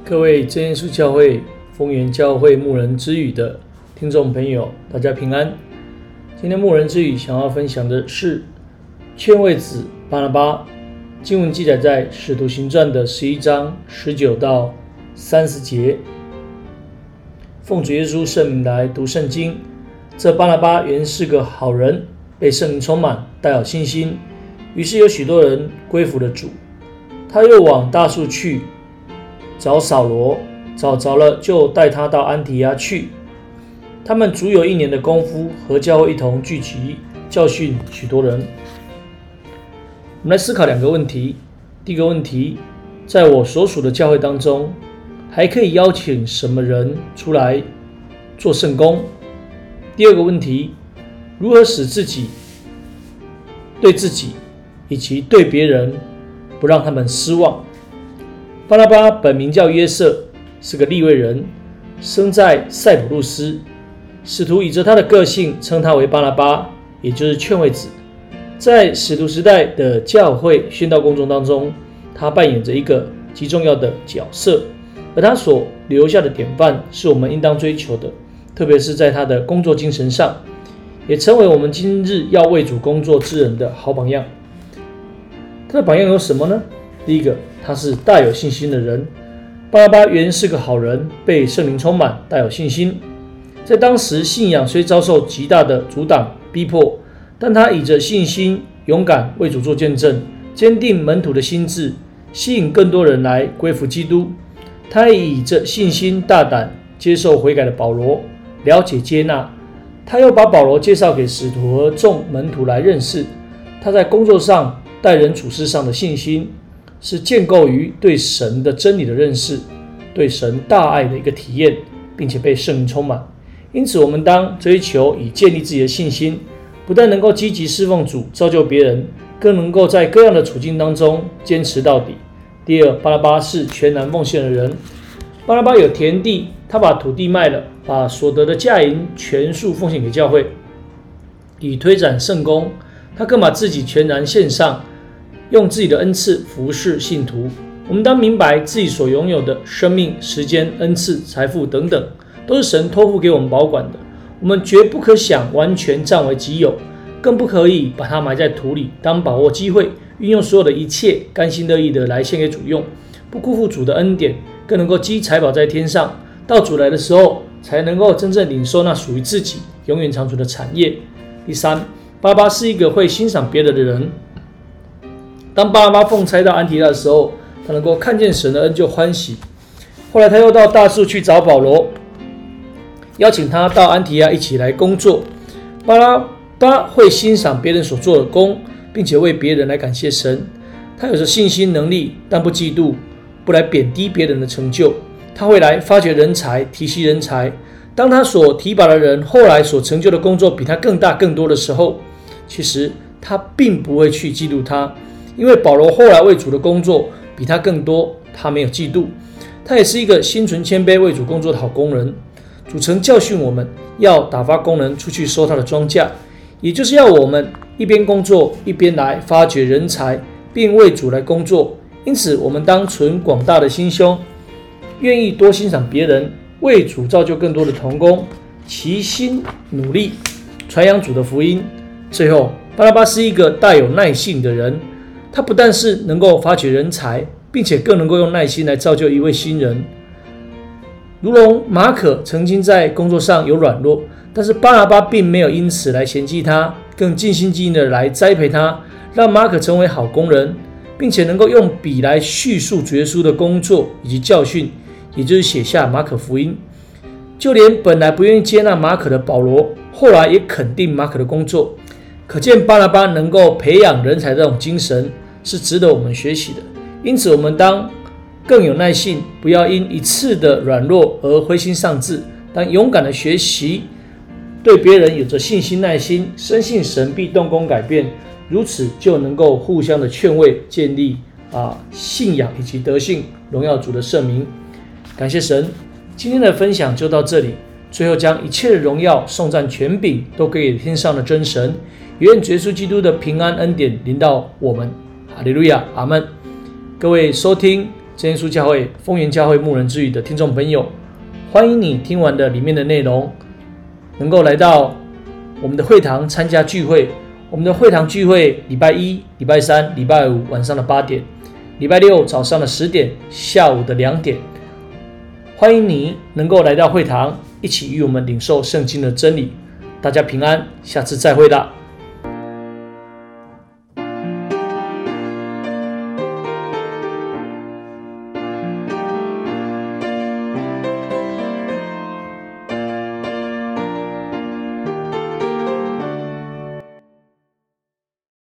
各位真耶稣教会丰原教会牧人之语的听众朋友，大家平安。今天牧人之语想要分享的是劝慰子巴拿巴，经文记载在使徒行传的11章19到30节。奉主耶稣圣名来读圣经。这巴拿巴原是个好人，被圣灵充满，带有信心，于是有许多人归服了主。他又往大树去找扫罗，找着了，就带他到安提阿去。他们足有1年的功夫，和教会一同聚集，教训许多人。我们来思考2个问题。第一个问题，在我所属的教会当中，还可以邀请什么人出来做圣工？第二个问题，如何使自己对自己以及对别人不让他们失望？巴拿巴本名叫约瑟，是个利未人，生在塞浦路斯。使徒以着他的个性称他为巴拿巴，也就是劝慰子。在使徒时代的教会宣道工作当中，他扮演着一个极重要的角色，而他所留下的典范是我们应当追求的，特别是在他的工作精神上，也成为我们今日要为主工作之人的好榜样。他的榜样有什么呢？第一个，他是大有信心的人。巴拿巴原是个好人，被圣灵充满，大有信心。在当时，信仰虽遭受极大的阻挡逼迫，但他以着信心勇敢为主做见证，坚定门徒的心志，吸引更多人来归服基督。他也以着信心大胆接受悔改的保罗，了解接纳。他又把保罗介绍给使徒和众门徒来认识。他在工作上、待人处事上的信心，是建构于对神的真理的认识，对神大爱的一个体验，并且被圣灵充满。因此，我们当追求以建立自己的信心，不但能够积极侍奉主、造就别人，更能够在各样的处境当中坚持到底。第二，巴拿巴是全然奉献的人。巴拿巴有田地，他把土地卖了，把所得的价银全数奉献给教会，以推展圣工。他更把自己全然献上，用自己的恩赐服侍信徒。我们当明白自己所拥有的生命、时间、恩赐、财富等等，都是神托付给我们保管的。我们绝不可想完全占为己有，更不可以把它埋在土里。当把握机会，运用所有的一切，甘心乐意的来献给主用，不辜负主的恩典，更能够积财宝在天上。到主来的时候，才能够真正领受那属于自己永远长存的产业。第三，巴拿巴是一个会欣赏别人的人。当巴拿巴奉差到安提阿的时候，他能够看见神的恩就欢喜。后来他又到大树去找保罗，邀请他到安提阿一起来工作。巴拿巴会欣赏别人所做的工，并且为别人来感谢神。他有着信心能力，但不嫉妒，不来贬低别人的成就。他会来发掘人才，提携人才。当他所提拔的人后来所成就的工作比他更大更多的时候，其实他并不会去嫉妒他，因为保罗后来为主的工作比他更多，他没有嫉妒。他也是一个心存谦卑为主工作的好工人。主曾教训我们要打发工人出去收他的庄稼，也就是要我们一边工作一边来发掘人才，并为主来工作。因此我们当存广大的心胸，愿意多欣赏别人，为主造就更多的同工，齐心努力传扬主的福音。最后，巴拿巴是一个带有耐性的人。他不但是能够发掘人才，并且更能够用耐心来造就一位新人。如同马可曾经在工作上有软弱，但是巴拿巴并没有因此来嫌弃他，更尽心尽力的来栽培他，让马可成为好工人，并且能够用笔来叙述主耶稣的工作以及教训，也就是写下马可福音。就连本来不愿意接纳马可的保罗，后来也肯定马可的工作。可见巴拿巴能够培养人才这种精神是值得我们学习的。因此我们当更有耐性，不要因一次的软弱而灰心丧志，当勇敢的学习，对别人有着信心耐心，深信神必动工改变，如此就能够互相的劝慰，建立信仰以及德性，荣耀主的圣名。感谢神，今天的分享就到这里。最后将一切的荣耀、颂赞、权柄都归给天上的真神。愿主耶稣基督的平安恩典临到我们。哈利路亚，阿们。各位收听真耶稣教会丰原教会牧人之语的听众朋友，欢迎你听完的里面的内容，能够来到我们的会堂参加聚会。我们的会堂聚会礼拜一、礼拜三、礼拜五晚上的8点，礼拜六早上的10点，下午的2点。欢迎你能够来到会堂，一起与我们领受圣经的真理。大家平安，下次再会啦。